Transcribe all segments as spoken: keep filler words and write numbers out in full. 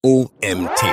O M T.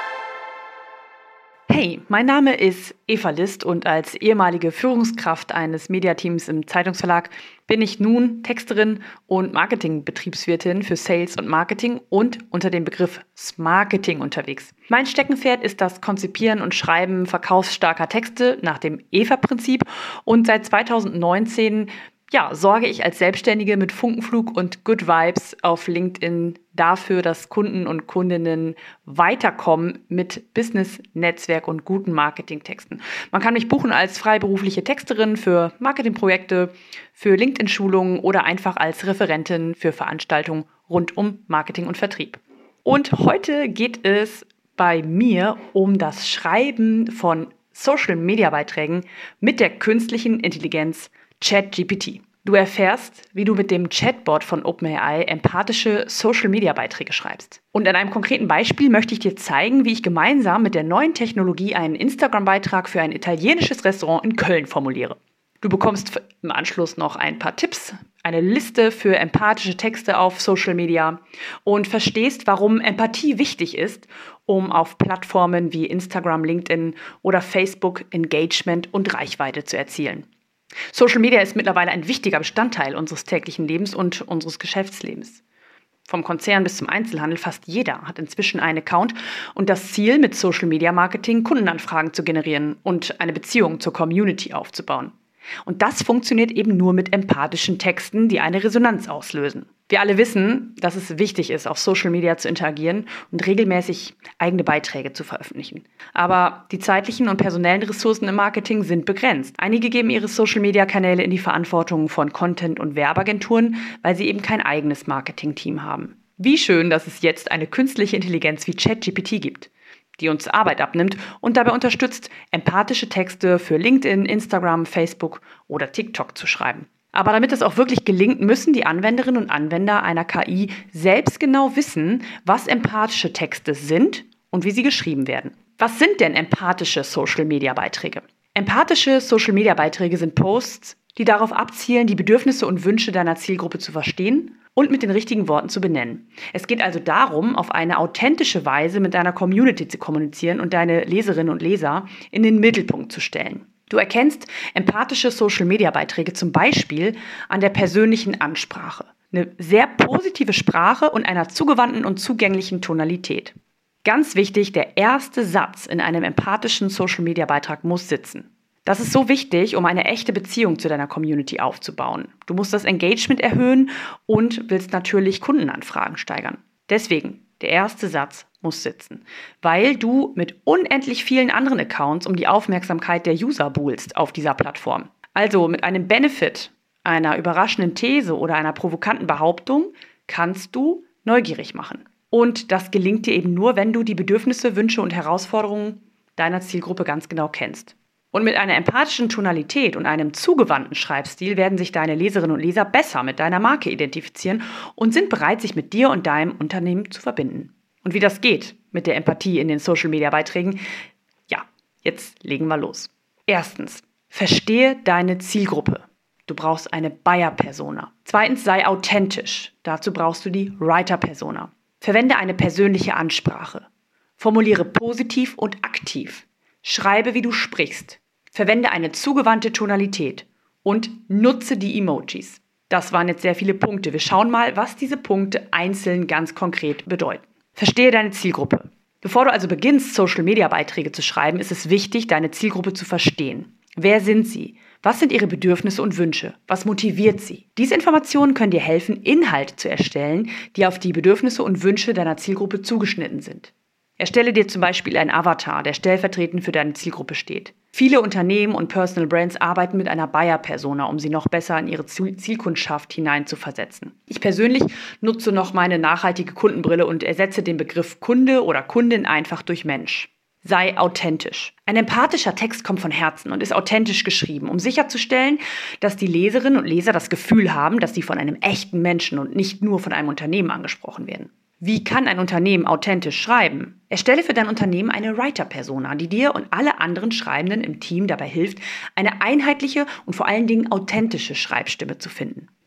Hey, mein Name ist Eva List und als ehemalige Führungskraft eines Mediateams im Zeitungsverlag bin ich nun Texterin und Marketingbetriebswirtin für Sales und Marketing und unter dem Begriff Smarketing unterwegs. Mein Steckenpferd ist das Konzipieren und Schreiben verkaufsstarker Texte nach dem E V A-Prinzip und seit zweitausendneunzehn ja, sorge ich als Selbstständige mit Funkenflug und Good Vibes auf LinkedIn dafür, dass Kunden und Kundinnen weiterkommen mit Business, Netzwerk und guten Marketingtexten. Man kann mich buchen als freiberufliche Texterin für Marketingprojekte, für LinkedIn-Schulungen oder einfach als Referentin für Veranstaltungen rund um Marketing und Vertrieb. Und heute geht es bei mir um das Schreiben von Social-Media-Beiträgen mit der künstlichen Intelligenz ChatGPT. Du erfährst, wie du mit dem Chatbot von OpenAI empathische Social-Media-Beiträge schreibst. Und an einem konkreten Beispiel möchte ich dir zeigen, wie ich gemeinsam mit der neuen Technologie einen Instagram-Beitrag für ein italienisches Restaurant in Köln formuliere. Du bekommst im Anschluss noch ein paar Tipps, eine Liste für empathische Texte auf Social Media und verstehst, warum Empathie wichtig ist, um auf Plattformen wie Instagram, LinkedIn oder Facebook Engagement und Reichweite zu erzielen. Social Media ist mittlerweile ein wichtiger Bestandteil unseres täglichen Lebens und unseres Geschäftslebens. Vom Konzern bis zum Einzelhandel, fast jeder hat inzwischen einen Account und das Ziel, mit Social Media Marketing Kundenanfragen zu generieren und eine Beziehung zur Community aufzubauen. Und das funktioniert eben nur mit empathischen Texten, die eine Resonanz auslösen. Wir alle wissen, dass es wichtig ist, auf Social Media zu interagieren und regelmäßig eigene Beiträge zu veröffentlichen. Aber die zeitlichen und personellen Ressourcen im Marketing sind begrenzt. Einige geben ihre Social Media Kanäle in die Verantwortung von Content- und Werbeagenturen, weil sie eben kein eigenes Marketing-Team haben. Wie schön, dass es jetzt eine künstliche Intelligenz wie ChatGPT gibt, die uns Arbeit abnimmt und dabei unterstützt, empathische Texte für LinkedIn, Instagram, Facebook oder TikTok zu schreiben. Aber damit es auch wirklich gelingt, müssen die Anwenderinnen und Anwender einer K I selbst genau wissen, was empathische Texte sind und wie sie geschrieben werden. Was sind denn empathische Social-Media-Beiträge? Empathische Social-Media-Beiträge sind Posts, die darauf abzielen, die Bedürfnisse und Wünsche deiner Zielgruppe zu verstehen und mit den richtigen Worten zu benennen. Es geht also darum, auf eine authentische Weise mit deiner Community zu kommunizieren und deine Leserinnen und Leser in den Mittelpunkt zu stellen. Du erkennst empathische Social-Media-Beiträge zum Beispiel an der persönlichen Ansprache. Eine sehr positive Sprache und einer zugewandten und zugänglichen Tonalität. Ganz wichtig, der erste Satz in einem empathischen Social-Media-Beitrag muss sitzen. Das ist so wichtig, um eine echte Beziehung zu deiner Community aufzubauen. Du musst das Engagement erhöhen und willst natürlich Kundenanfragen steigern. Deswegen, der erste Satz muss sitzen, weil du mit unendlich vielen anderen Accounts um die Aufmerksamkeit der User buhlst auf dieser Plattform. Also mit einem Benefit, einer überraschenden These oder einer provokanten Behauptung kannst du neugierig machen. Und das gelingt dir eben nur, wenn du die Bedürfnisse, Wünsche und Herausforderungen deiner Zielgruppe ganz genau kennst. Und mit einer empathischen Tonalität und einem zugewandten Schreibstil werden sich deine Leserinnen und Leser besser mit deiner Marke identifizieren und sind bereit, sich mit dir und deinem Unternehmen zu verbinden. Und wie das geht mit der Empathie in den Social-Media-Beiträgen? Ja, jetzt legen wir los. Erstens, verstehe deine Zielgruppe. Du brauchst eine Buyer-Persona. Zweitens, sei authentisch. Dazu brauchst du die Writer-Persona. Verwende eine persönliche Ansprache. Formuliere positiv und aktiv. Schreibe, wie du sprichst. Verwende eine zugewandte Tonalität und nutze die Emojis. Das waren jetzt sehr viele Punkte. Wir schauen mal, was diese Punkte einzeln ganz konkret bedeuten. Verstehe deine Zielgruppe. Bevor du also beginnst, Social-Media-Beiträge zu schreiben, ist es wichtig, deine Zielgruppe zu verstehen. Wer sind sie? Was sind ihre Bedürfnisse und Wünsche? Was motiviert sie? Diese Informationen können dir helfen, Inhalte zu erstellen, die auf die Bedürfnisse und Wünsche deiner Zielgruppe zugeschnitten sind. Erstelle dir zum Beispiel einen Avatar, der stellvertretend für deine Zielgruppe steht. Viele Unternehmen und Personal Brands arbeiten mit einer Buyer-Persona, um sie noch besser in ihre Zielkundschaft hineinzuversetzen. Ich persönlich nutze noch meine nachhaltige Kundenbrille und ersetze den Begriff Kunde oder Kundin einfach durch Mensch. Sei authentisch. Ein empathischer Text kommt von Herzen und ist authentisch geschrieben, um sicherzustellen, dass die Leserinnen und Leser das Gefühl haben, dass sie von einem echten Menschen und nicht nur von einem Unternehmen angesprochen werden. Wie kann ein Unternehmen authentisch schreiben? Erstelle für dein Unternehmen eine Writer-Persona, die dir und alle anderen Schreibenden im Team dabei hilft, eine einheitliche und vor allen Dingen authentische Schreibstimme zu finden.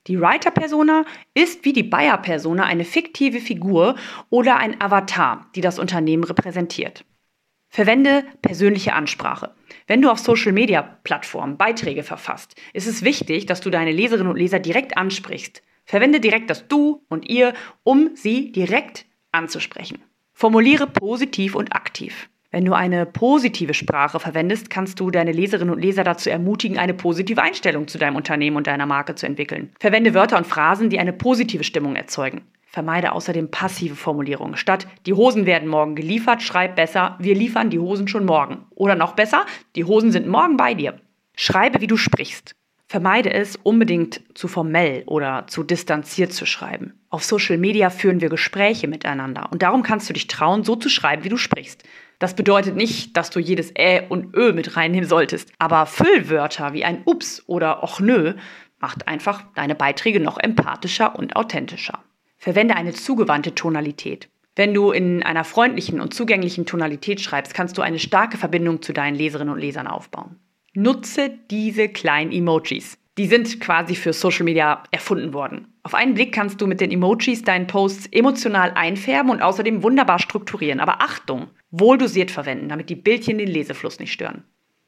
Die Writer-Persona ist wie die Buyer-Persona eine fiktive Figur oder ein Avatar, die das Unternehmen repräsentiert. Verwende persönliche Ansprache. Wenn du auf Social-Media-Plattformen Beiträge verfasst, ist es wichtig, dass du deine Leserinnen und Leser direkt ansprichst. Verwende direkt das Du und Ihr, um sie direkt anzusprechen. Formuliere positiv und aktiv. Wenn du eine positive Sprache verwendest, kannst du deine Leserinnen und Leser dazu ermutigen, eine positive Einstellung zu deinem Unternehmen und deiner Marke zu entwickeln. Verwende Wörter und Phrasen, die eine positive Stimmung erzeugen. Vermeide außerdem passive Formulierungen. Statt die Hosen werden morgen geliefert, schreib besser, wir liefern die Hosen schon morgen. Oder noch besser, die Hosen sind morgen bei dir. Schreibe, wie du sprichst. Vermeide es, unbedingt zu formell oder zu distanziert zu schreiben. Auf Social Media führen wir Gespräche miteinander und darum kannst du dich trauen, so zu schreiben, wie du sprichst. Das bedeutet nicht, dass du jedes Ä und Ö mit reinnehmen solltest, aber Füllwörter wie ein Ups oder Och nö macht einfach deine Beiträge noch empathischer und authentischer. Verwende eine zugewandte Tonalität. Wenn du in einer freundlichen und zugänglichen Tonalität schreibst, kannst du eine starke Verbindung zu deinen Leserinnen und Lesern aufbauen. Nutze diese kleinen Emojis. Die sind quasi für Social Media erfunden worden. Auf einen Blick kannst du mit den Emojis deinen Posts emotional einfärben und außerdem wunderbar strukturieren. Aber Achtung, wohl dosiert verwenden, damit die Bildchen den Lesefluss nicht stören.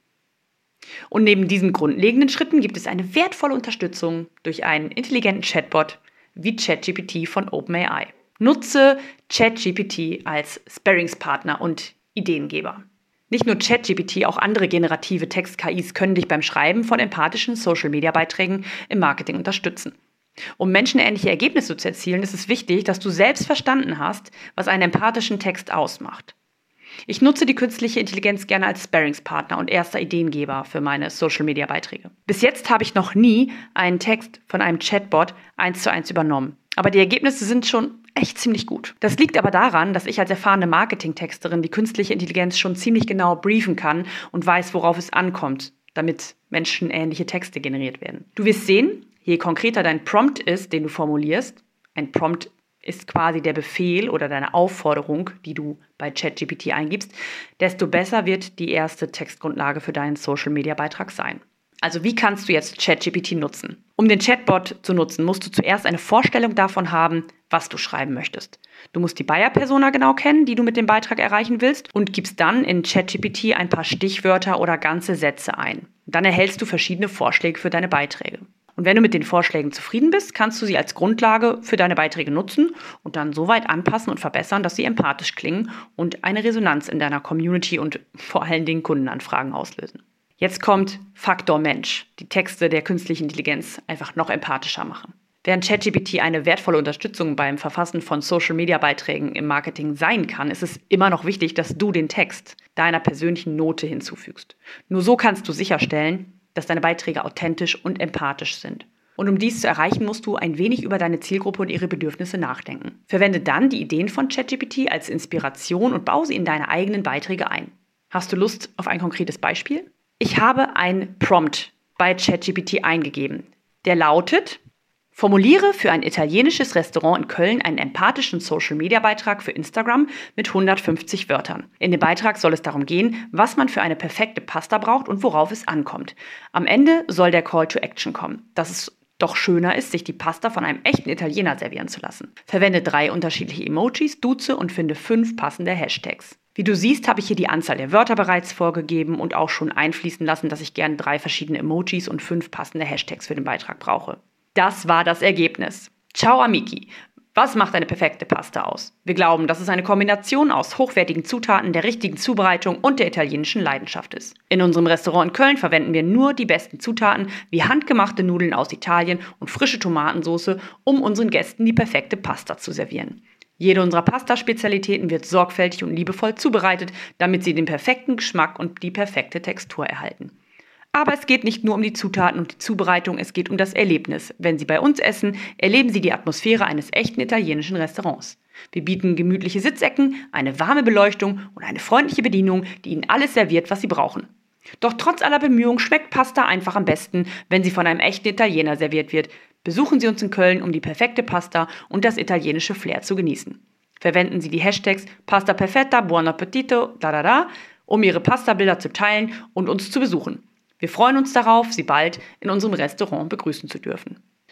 Und neben diesen grundlegenden Schritten gibt es eine wertvolle Unterstützung durch einen intelligenten Chatbot wie ChatGPT von OpenAI. Nutze ChatGPT als Sparringspartner und Ideengeber. Nicht nur ChatGPT, auch andere generative Text-K Is können dich beim Schreiben von empathischen Social-Media-Beiträgen im Marketing unterstützen. Um menschenähnliche Ergebnisse zu erzielen, ist es wichtig, dass du selbst verstanden hast, was einen empathischen Text ausmacht. Ich nutze die künstliche Intelligenz gerne als Sparringspartner und erster Ideengeber für meine Social-Media-Beiträge. Bis jetzt habe ich noch nie einen Text von einem Chatbot eins zu eins übernommen. Aber die Ergebnisse sind schon echt ziemlich gut. Das liegt aber daran, dass ich als erfahrene Marketingtexterin die künstliche Intelligenz schon ziemlich genau briefen kann und weiß, worauf es ankommt, damit menschenähnliche Texte generiert werden. Du wirst sehen, je konkreter dein Prompt ist, den du formulierst, ein Prompt ist quasi der Befehl oder deine Aufforderung, die du bei ChatGPT eingibst, desto besser wird die erste Textgrundlage für deinen Social-Media-Beitrag sein. Also wie kannst du jetzt ChatGPT nutzen? Um den Chatbot zu nutzen, musst du zuerst eine Vorstellung davon haben, was du schreiben möchtest. Du musst die Buyer-Persona genau kennen, die du mit dem Beitrag erreichen willst und gibst dann in ChatGPT ein paar Stichwörter oder ganze Sätze ein. Dann erhältst du verschiedene Vorschläge für deine Beiträge. Und wenn du mit den Vorschlägen zufrieden bist, kannst du sie als Grundlage für deine Beiträge nutzen und dann so weit anpassen und verbessern, dass sie empathisch klingen und eine Resonanz in deiner Community und vor allen Dingen Kundenanfragen auslösen. Jetzt kommt Faktor Mensch, die Texte der künstlichen Intelligenz einfach noch empathischer machen. Während ChatGPT eine wertvolle Unterstützung beim Verfassen von Social-Media-Beiträgen im Marketing sein kann, ist es immer noch wichtig, dass du den Text deiner persönlichen Note hinzufügst. Nur so kannst du sicherstellen, dass deine Beiträge authentisch und empathisch sind. Und um dies zu erreichen, musst du ein wenig über deine Zielgruppe und ihre Bedürfnisse nachdenken. Verwende dann die Ideen von ChatGPT als Inspiration und baue sie in deine eigenen Beiträge ein. Hast du Lust auf ein konkretes Beispiel? Ich habe einen Prompt bei ChatGPT eingegeben, der lautet: Formuliere für ein italienisches Restaurant in Köln einen empathischen Social-Media-Beitrag für Instagram mit hundertfünfzig Wörtern. In dem Beitrag soll es darum gehen, was man für eine perfekte Pasta braucht und worauf es ankommt. Am Ende soll der Call to Action kommen, dass es doch schöner ist, sich die Pasta von einem echten Italiener servieren zu lassen. Verwende drei unterschiedliche Emojis, duze und finde fünf passende Hashtags. Wie du siehst, habe ich hier die Anzahl der Wörter bereits vorgegeben und auch schon einfließen lassen, dass ich gerne drei verschiedene Emojis und fünf passende Hashtags für den Beitrag brauche. Das war das Ergebnis. Ciao Amici. Was macht eine perfekte Pasta aus? Wir glauben, dass es eine Kombination aus hochwertigen Zutaten, der richtigen Zubereitung und der italienischen Leidenschaft ist. In unserem Restaurant in Köln verwenden wir nur die besten Zutaten wie handgemachte Nudeln aus Italien und frische Tomatensauce, um unseren Gästen die perfekte Pasta zu servieren. Jede unserer Pasta-Spezialitäten wird sorgfältig und liebevoll zubereitet, damit sie den perfekten Geschmack und die perfekte Textur erhalten. Aber es geht nicht nur um die Zutaten und die Zubereitung, es geht um das Erlebnis. Wenn Sie bei uns essen, erleben Sie die Atmosphäre eines echten italienischen Restaurants. Wir bieten gemütliche Sitzecken, eine warme Beleuchtung und eine freundliche Bedienung, die Ihnen alles serviert, was Sie brauchen. Doch trotz aller Bemühungen schmeckt Pasta einfach am besten, wenn sie von einem echten Italiener serviert wird. Besuchen Sie uns in Köln, um die perfekte Pasta und das italienische Flair zu genießen. Verwenden Sie die Hashtags Pasta Perfetta, Buon Appetito, da da da, um Ihre Pasta-Bilder zu teilen und uns zu besuchen. Wir freuen uns darauf, Sie bald in unserem Restaurant begrüßen zu dürfen.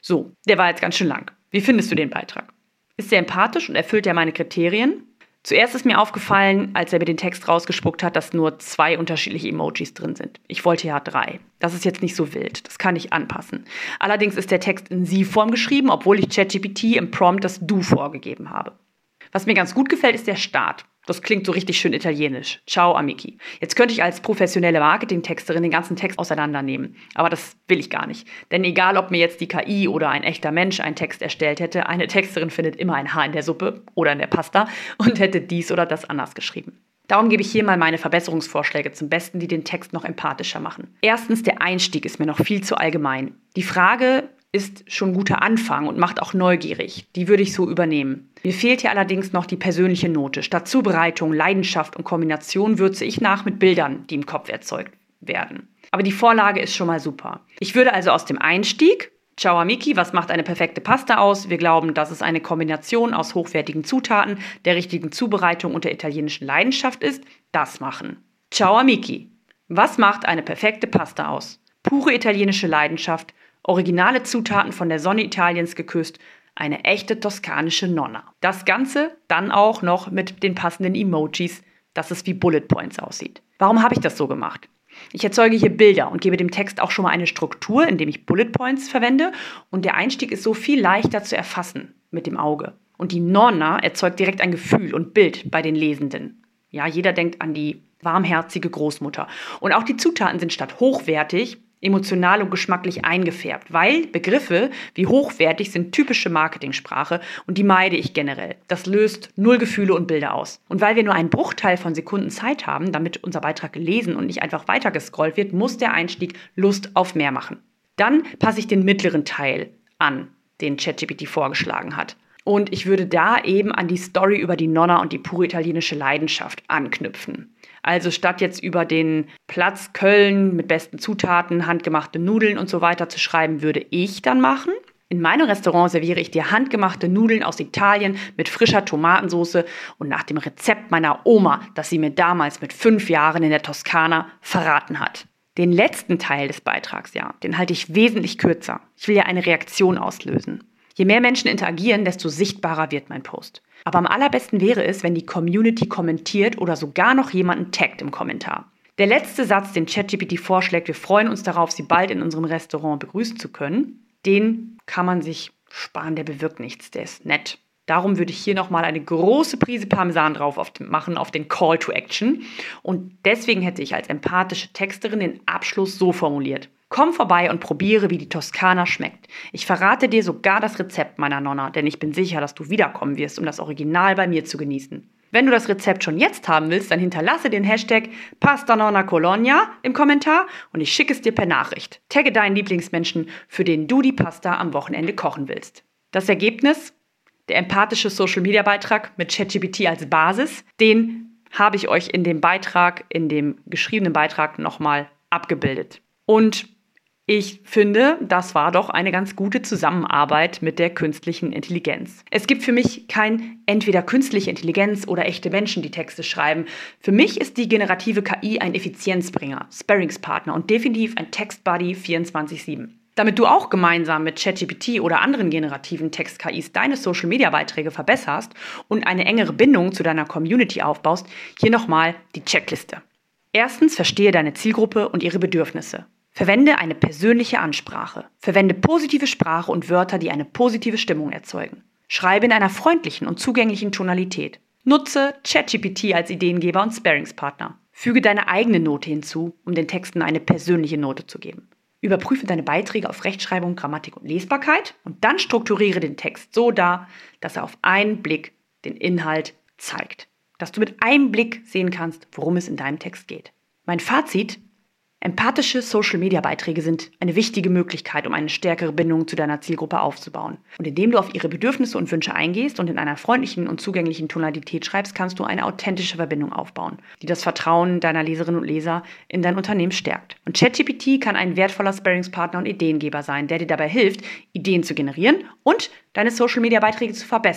So, der war jetzt ganz schön lang. Wie findest du den Beitrag? Ist sehr empathisch und erfüllt ja meine Kriterien? Zuerst ist mir aufgefallen, als er mir den Text rausgespuckt hat, dass nur zwei unterschiedliche Emojis drin sind. Ich wollte ja drei. Das ist jetzt nicht so wild. Das kann ich anpassen. Allerdings ist der Text in Sie-Form geschrieben, obwohl ich ChatGPT im Prompt das Du vorgegeben habe. Was mir ganz gut gefällt, ist der Start. Das klingt so richtig schön italienisch. Ciao, amici. Jetzt könnte ich als professionelle Marketingtexterin den ganzen Text auseinandernehmen. Aber das will ich gar nicht. Denn egal, ob mir jetzt die K I oder ein echter Mensch einen Text erstellt hätte, eine Texterin findet immer ein Haar in der Suppe oder in der Pasta und hätte dies oder das anders geschrieben. Darum gebe ich hier mal meine Verbesserungsvorschläge zum Besten, die den Text noch empathischer machen. Erstens, der Einstieg ist mir noch viel zu allgemein. Die Frage ist schon ein guter Anfang und macht auch neugierig. Die würde ich so übernehmen. Mir fehlt hier allerdings noch die persönliche Note. Statt Zubereitung, Leidenschaft und Kombination würze ich nach mit Bildern, die im Kopf erzeugt werden. Aber die Vorlage ist schon mal super. Ich würde also aus dem Einstieg, Ciao amici, was macht eine perfekte Pasta aus? Wir glauben, dass es eine Kombination aus hochwertigen Zutaten, der richtigen Zubereitung und der italienischen Leidenschaft ist, das machen. Ciao amici, was macht eine perfekte Pasta aus? Pure italienische Leidenschaft, originale Zutaten von der Sonne Italiens geküsst, eine echte toskanische Nonna. Das Ganze dann auch noch mit den passenden Emojis, dass es wie Bullet Points aussieht. Warum habe ich das so gemacht? Ich erzeuge hier Bilder und gebe dem Text auch schon mal eine Struktur, indem ich Bullet Points verwende. Und der Einstieg ist so viel leichter zu erfassen mit dem Auge. Und die Nonna erzeugt direkt ein Gefühl und Bild bei den Lesenden. Ja, jeder denkt an die warmherzige Großmutter. Und auch die Zutaten sind statt hochwertig emotional und geschmacklich eingefärbt, weil Begriffe wie hochwertig sind typische Marketingsprache und die meide ich generell. Das löst null Gefühle und Bilder aus. Und weil wir nur einen Bruchteil von Sekunden Zeit haben, damit unser Beitrag gelesen und nicht einfach weitergescrollt wird, muss der Einstieg Lust auf mehr machen. Dann passe ich den mittleren Teil an, den ChatGPT vorgeschlagen hat. Und ich würde da eben an die Story über die Nonna und die pure italienische Leidenschaft anknüpfen. Also statt jetzt über den Platz Köln mit besten Zutaten, handgemachte Nudeln und so weiter zu schreiben, würde ich dann machen: In meinem Restaurant serviere ich dir handgemachte Nudeln aus Italien mit frischer Tomatensauce und nach dem Rezept meiner Oma, das sie mir damals mit fünf Jahren in der Toskana verraten hat. Den letzten Teil des Beitrags, ja, den halte ich wesentlich kürzer. Ich will ja eine Reaktion auslösen. Je mehr Menschen interagieren, desto sichtbarer wird mein Post. Aber am allerbesten wäre es, wenn die Community kommentiert oder sogar noch jemanden taggt im Kommentar. Der letzte Satz, den ChatGPT vorschlägt, wir freuen uns darauf, Sie bald in unserem Restaurant begrüßen zu können, den kann man sich sparen, der bewirkt nichts, der ist nett. Darum würde ich hier nochmal eine große Prise Parmesan drauf auf den, machen auf den Call to Action. Und deswegen hätte ich als empathische Texterin den Abschluss so formuliert: Komm vorbei und probiere, wie die Toskana schmeckt. Ich verrate dir sogar das Rezept meiner Nonna, denn ich bin sicher, dass du wiederkommen wirst, um das Original bei mir zu genießen. Wenn du das Rezept schon jetzt haben willst, dann hinterlasse den Hashtag Pasta Nonna Colonia im Kommentar und ich schicke es dir per Nachricht. Tagge deinen Lieblingsmenschen, für den du die Pasta am Wochenende kochen willst. Das Ergebnis? Der empathische Social-Media-Beitrag mit ChatGPT als Basis, den habe ich euch in dem Beitrag, in dem geschriebenen Beitrag nochmal abgebildet. Und ich finde, das war doch eine ganz gute Zusammenarbeit mit der künstlichen Intelligenz. Es gibt für mich kein entweder künstliche Intelligenz oder echte Menschen, die Texte schreiben. Für mich ist die generative K I ein Effizienzbringer, Sparringspartner und definitiv ein Textbuddy vierundzwanzig sieben. Damit du auch gemeinsam mit ChatGPT oder anderen generativen Text-K Is deine Social-Media-Beiträge verbesserst und eine engere Bindung zu deiner Community aufbaust, hier nochmal die Checkliste. Erstens, verstehe deine Zielgruppe und ihre Bedürfnisse. Verwende eine persönliche Ansprache. Verwende positive Sprache und Wörter, die eine positive Stimmung erzeugen. Schreibe in einer freundlichen und zugänglichen Tonalität. Nutze ChatGPT als Ideengeber und Sparringspartner. Füge deine eigene Note hinzu, um den Texten eine persönliche Note zu geben. Überprüfe deine Beiträge auf Rechtschreibung, Grammatik und Lesbarkeit und dann strukturiere den Text so dar, dass er auf einen Blick den Inhalt zeigt. Dass du mit einem Blick sehen kannst, worum es in deinem Text geht. Mein Fazit: Empathische Social-Media-Beiträge sind eine wichtige Möglichkeit, um eine stärkere Bindung zu deiner Zielgruppe aufzubauen. Und indem du auf ihre Bedürfnisse und Wünsche eingehst und in einer freundlichen und zugänglichen Tonalität schreibst, kannst du eine authentische Verbindung aufbauen, die das Vertrauen deiner Leserinnen und Leser in dein Unternehmen stärkt. Und ChatGPT kann ein wertvoller Sparringspartner und Ideengeber sein, der dir dabei hilft, Ideen zu generieren und deine Social-Media-Beiträge zu verbessern.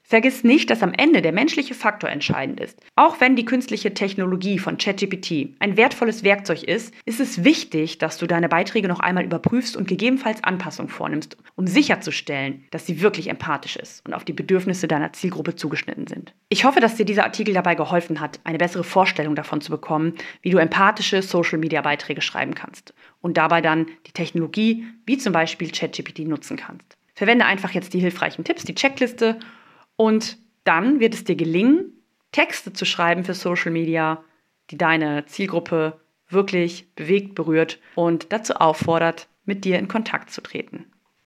Vergiss nicht, dass am Ende der menschliche Faktor entscheidend ist. Auch wenn die künstliche Technologie von ChatGPT ein wertvolles Werkzeug ist, ist es wichtig, dass du deine Beiträge noch einmal überprüfst und gegebenenfalls Anpassungen vornimmst, um sicherzustellen, dass sie wirklich empathisch ist und auf die Bedürfnisse deiner Zielgruppe zugeschnitten sind. Ich hoffe, dass dir dieser Artikel dabei geholfen hat, eine bessere Vorstellung davon zu bekommen, wie du empathische Social-Media-Beiträge schreiben kannst und dabei dann die Technologie, wie zum Beispiel ChatGPT, nutzen kannst. Verwende einfach jetzt die hilfreichen Tipps, die Checkliste, und dann wird es dir gelingen, Texte zu schreiben für Social Media, die deine Zielgruppe wirklich bewegt, berührt und dazu auffordert, mit dir in Kontakt zu treten.